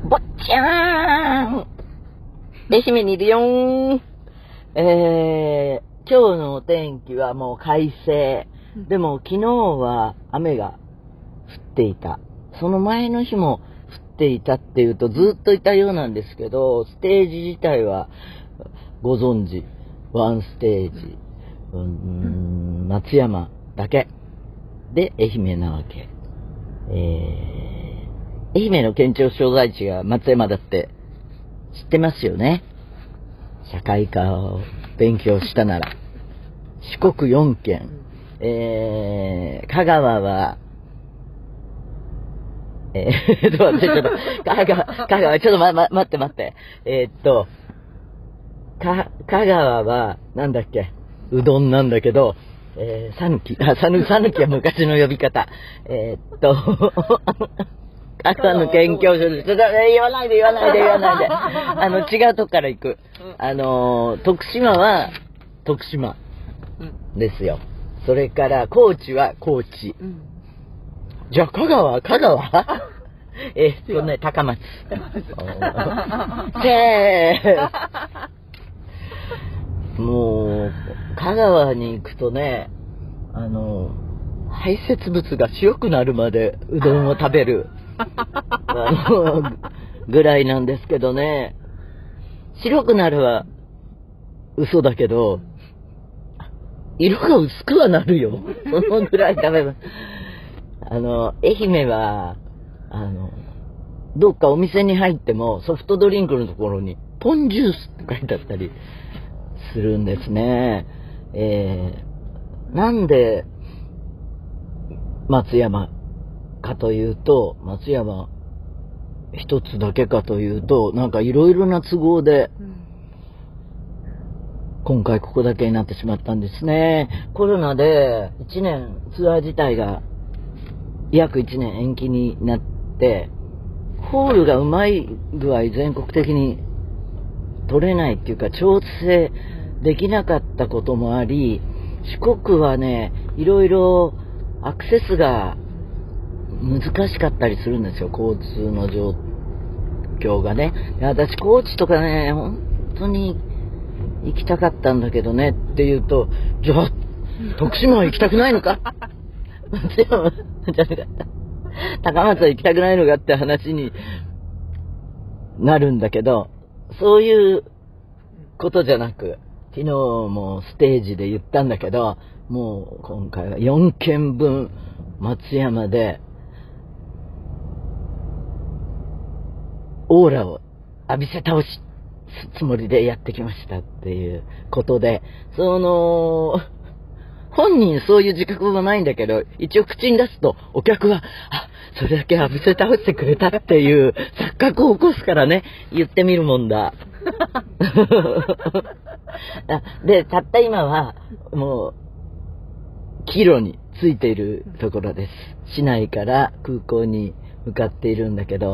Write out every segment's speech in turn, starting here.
ぼっちゃーん、愛媛にいるよーん。今日のお天気はもう快晴。でも昨日は雨が降っていた。その前の日も降っていたっていうとずっといたようなんですけど、ステージ自体はご存知、ワンステージ、松山だけで愛媛なわけ。愛媛の県庁所在地が松山だって知ってますよね。社会科を勉強したなら。四国4県、香川は、香川、ちょっと待って。香川は、なんだっけ、うどんなんだけど、さぬきは昔の呼び方。香川の県境所で、ちょっと言わないで。違うとこから行く。徳島は、徳島ですよ。それから、高知は高知。じゃあ、香川高松。もう、香川に行くとね、排泄物が白くなるまでうどんを食べる。ぐらいなんですけどね。白くなるは嘘だけど、色が薄くはなるよ。そのぐらい食べます。愛媛は、どっかお店に入ってもソフトドリンクのところにポンジュースって書いてあったりするんですね。なんで松山かというと、松山一つだけかというと、なんかいろいろな都合で、今回ここだけになってしまったんですね。コロナで1年、ツアー自体が約1年延期になって、ホールがうまい具合全国的に取れないっていうか、調整できなかったこともあり、四国はね、いろいろアクセスが難しかったりするんですよ、交通の状況がね。私高知とかね、本当に行きたかったんだけどねって言うと、じゃあ徳島は行きたくないのか松山じゃなかった、高松は行きたくないのかって話になるんだけど、そういうことじゃなく、昨日もステージで言ったんだけど、もう今回は4県分松山でオーラを浴びせ倒すつもりでやってきましたっていうことで、本人そういう自覚もないんだけど、一応口に出すとお客は、それだけ浴びせ倒してくれたっていう錯覚を起こすからね、言ってみるもんだ。で、たった今はもう帰路についているところです。市内から空港に向かっているんだけど、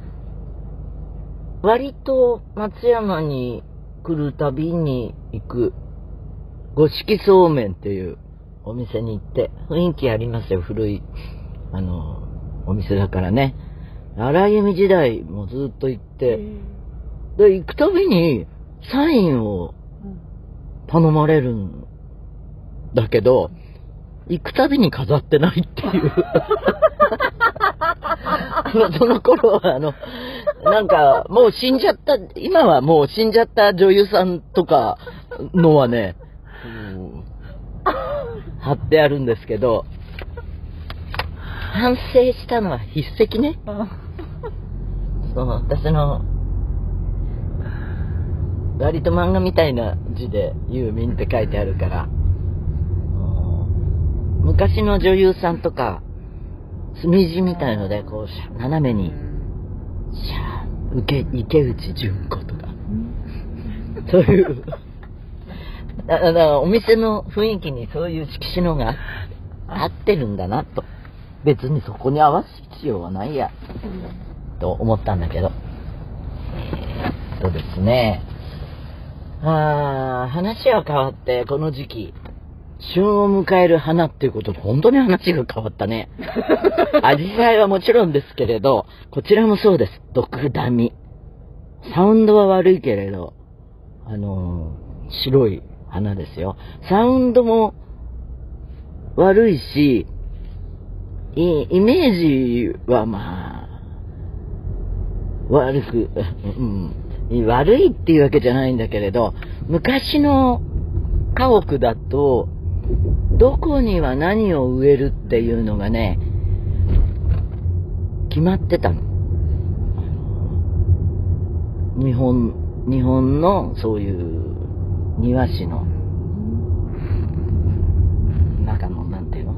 割と松山に来るたびに行く五色そうめんっていうお店に行って、雰囲気ありますよ、古いお店だからね。荒井由実時代もずっと行って、で行くたびにサインを頼まれるんだけど、行くたびに飾ってないっていうその頃はなんかもう死んじゃった、今はもう死んじゃった女優さんとかのはね、貼ってあるんですけど、反省したのは筆跡ね。私の割と漫画みたいな字でユーミンって書いてあるから、昔の女優さんとか墨字みたいのでこう斜めに池内純子とかそういうだからお店の雰囲気にそういう色紙のが合ってるんだなと、別にそこに合わす必要はないやと思ったんだけど、ですね、話は変わって、この時期旬を迎える花っていうことで本当に話が変わったね。アジサイはもちろんですけれど、こちらもそうです。ドクダミ。サウンドは悪いけれど、白い花ですよ。サウンドも悪いし、イメージはまあ、悪いっていうわけじゃないんだけれど、昔の家屋だと、どこには何を植えるっていうのがね、決まってたの。日本のそういう庭師の中のなんていうの？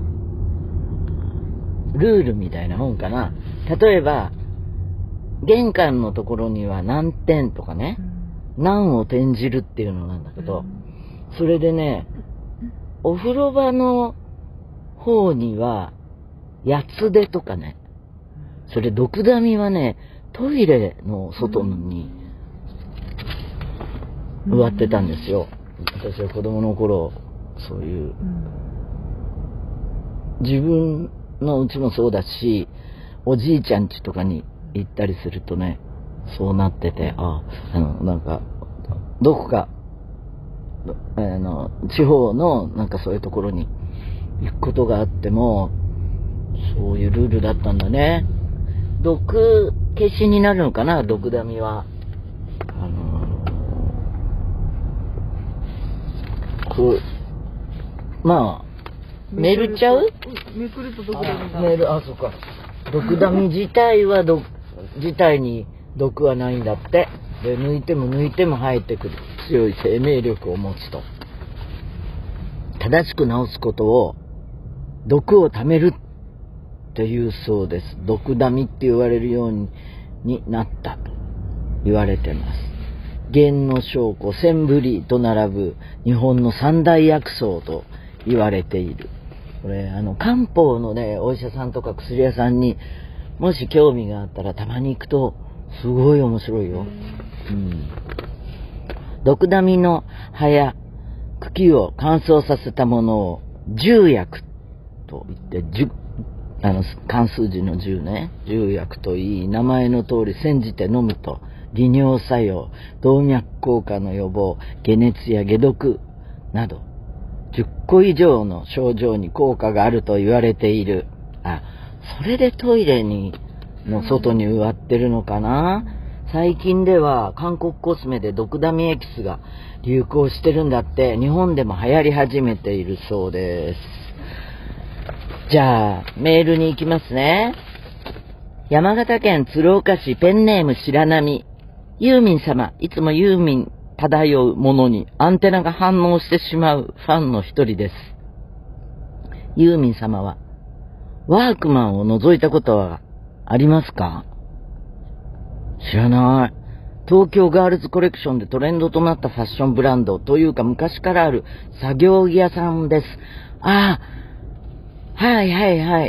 ルールみたいなもんかな。例えば、玄関のところには何点とかね、何を転じるっていうのなんだけど、それでね、お風呂場の方には八つ手とかね、それドクダミはね、トイレの外に植わってたんですよ。私は子供の頃、そういう、自分のうちもそうだし、おじいちゃん家とかに行ったりするとね、そうなってて、なんか、どこか、地方のなんかそういうところに行くことがあっても、そういうルールだったんだね。毒消しになるのかな、毒ダミは。まあ、めるっちゃう？ めくると毒ダミが。 そうか。毒ダミ自体は自体に毒はないんだって。で、抜いても生えてくる強い生命力を持つと。正しく治すことを、毒を貯めるっていうそうです。毒ダミって言われるようになったと言われてます。源の証拠、センブリと並ぶ日本の三大薬草と言われている。これ、漢方のね、お医者さんとか薬屋さんにもし興味があったらたまに行くとすごい面白いよ。毒ダミの葉や茎を乾燥させたものを10薬と言って、漢数字の10ね、10薬といい、名前の通り煎じて飲むと利尿作用、動脈硬化の予防、解熱や解毒など10個以上の症状に効果があると言われている。それでトイレの外に植わってるのかな。最近では韓国コスメでドクダミエキスが流行してるんだって。日本でも流行り始めているそうです。じゃあメールに行きますね。山形県鶴岡市ペンネーム白波。ユーミン様、いつもユーミン漂うものにアンテナが反応してしまうファンの一人です。ユーミン様はワークマンを覗いたことはありますか？知らない。東京ガールズコレクションでトレンドとなったファッションブランドというか昔からある作業着屋さんです。はい。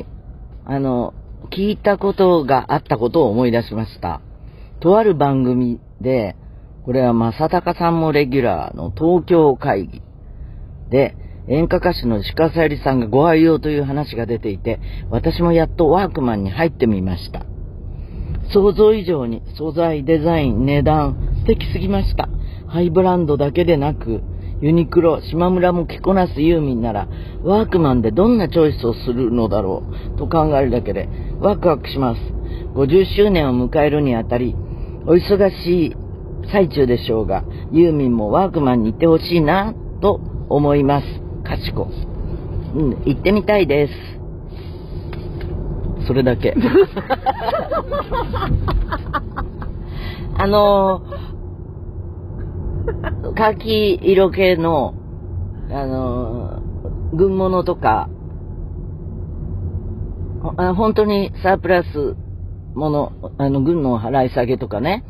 聞いたことがあったことを思い出しました。とある番組で、これは正隆さんもレギュラーの東京会議で、演歌歌手の石川さゆりさんがご愛用という話が出ていて、私もやっとワークマンに入ってみました。想像以上に素材、デザイン、値段、素敵すぎました。ハイブランドだけでなく、ユニクロ、島村も着こなすユーミンなら、ワークマンでどんなチョイスをするのだろうと考えるだけでワクワクします。50周年を迎えるにあたり、お忙しい最中でしょうが、ユーミンもワークマンに行ってほしいなと思います。かしこ。行ってみたいです。それだけ。カーキ色系の、軍物とか、本当にサープラスもの、軍の払い下げとかね。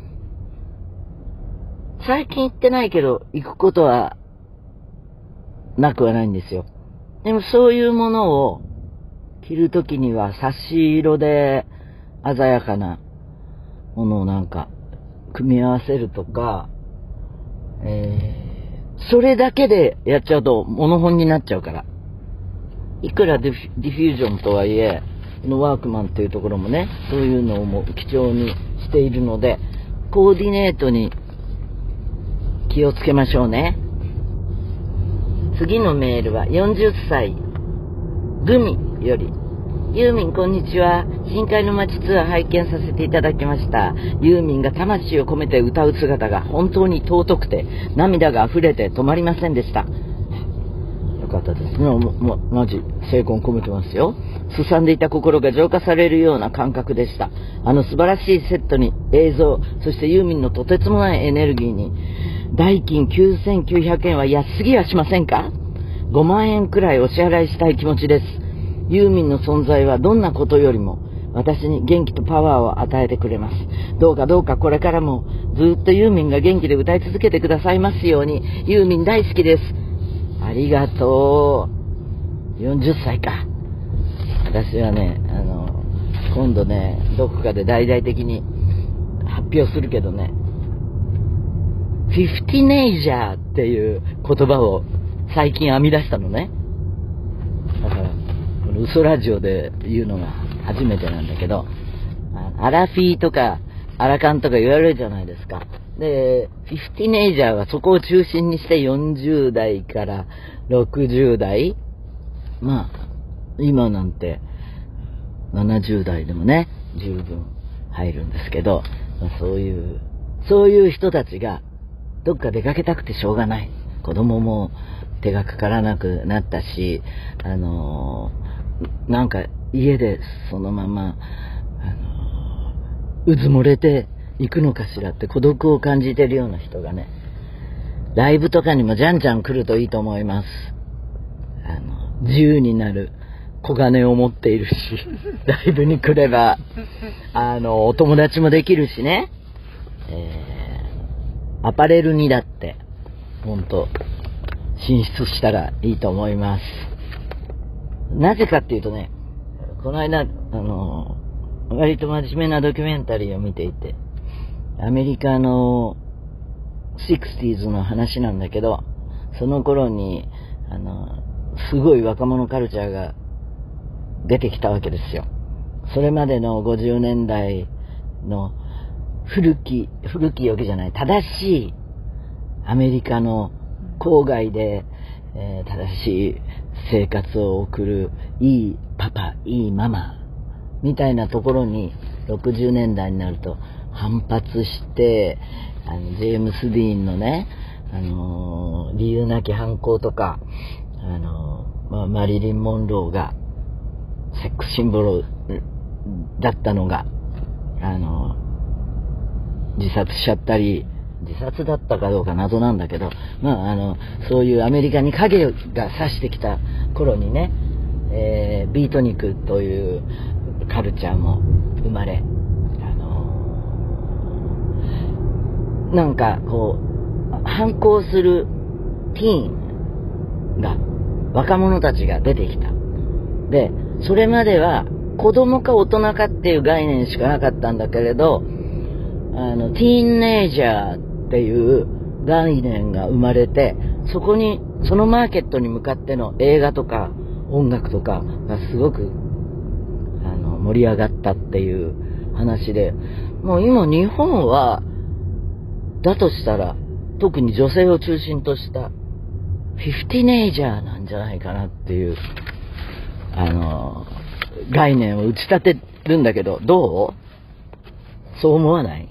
最近行ってないけど、行くことはなくはないんですよ。でもそういうものを着るときには差し色で鮮やかなものをなんか組み合わせるとか、それだけでやっちゃうとモノホンになっちゃうから。 いくらディフュージョンとはいえ、ワークマンっていうところもね、そういうのをもう貴重にしているので、コーディネートに気をつけましょうね。次のメールは40歳グミより。ユーミンこんにちは。深海の街ツアー拝見させていただきました。ユーミンが魂を込めて歌う姿が本当に尊くて、涙が溢れて止まりませんでした。よかったですね。マジ精魂込めてますよ。すさんでいた心が浄化されるような感覚でした。素晴らしいセットに映像、そしてユーミンのとてつもないエネルギーに、代金9900円は安すぎやしませんか？5万円くらいお支払いしたい気持ちです。ユーミンの存在はどんなことよりも私に元気とパワーを与えてくれます。どうかこれからもずっとユーミンが元気で歌い続けてくださいますように。ユーミン大好きです。ありがとう。40歳か。私はね、今度ね、どこかで大々的に発表するけどね、フィフティネイジャーっていう言葉を最近編み出したのね。だから、嘘ラジオで言うのが初めてなんだけど、アラフィーとかアラカンとか言われるじゃないですか。で、フィフティネイジャーはそこを中心にして40代から60代、まあ今なんて70代でもね十分入るんですけど、そういう人たちがどっか出かけたくてしょうがない。子供も手がかからなくなったし、なんか家でそのままうずもれていくのかしらって孤独を感じてるような人がね、ライブとかにもじゃんじゃん来るといいと思います。自由になる小金を持っているし、ライブに来ればお友達もできるしね、アパレルにだって本当進出したらいいと思います。なぜかっていうとね、この間割と真面目なドキュメンタリーを見ていて、アメリカの 60s の話なんだけど、その頃にすごい若者カルチャーが出てきたわけですよ。それまでの50年代の古き良きじゃない、正しいアメリカの郊外で、正しい生活を送るいいパパ、いいママみたいなところに60年代になると反発して、ジェームス・ディーンのね、理由なき反抗とか、マリリン・モンローがセックスシンボルだったのが自殺しちゃったり、自殺だったかどうか謎なんだけど、そういうアメリカに影が差してきた頃にね、ビートニクというカルチャーも生まれ、なんかこう反抗するティーンが、若者たちが出てきた。で、それまでは子供か大人かっていう概念しかなかったんだけれど、ティーンネイジャーっていう概念が生まれて、そのマーケットに向かっての映画とか音楽とかがすごく盛り上がったっていう話で、もう今日本はだとしたら特に女性を中心としたフィフティネイジャーなんじゃないかなっていう概念を打ち立てるんだけど、どう？そう思わない？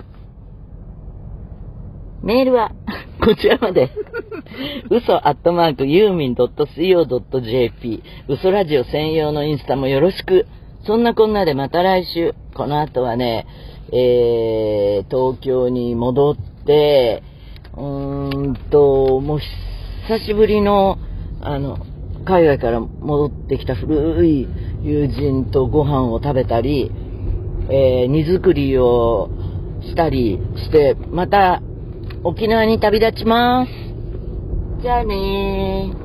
メールはこちらまで嘘ユーミン .co.jp 嘘ラジオ専用のインスタもよろしく。そんなこんなでまた来週。この後はね、東京に戻ってもう久しぶりの海外から戻ってきた古い友人とご飯を食べたり、荷造りをしたりして、また沖縄に旅立ちます。じゃあねー。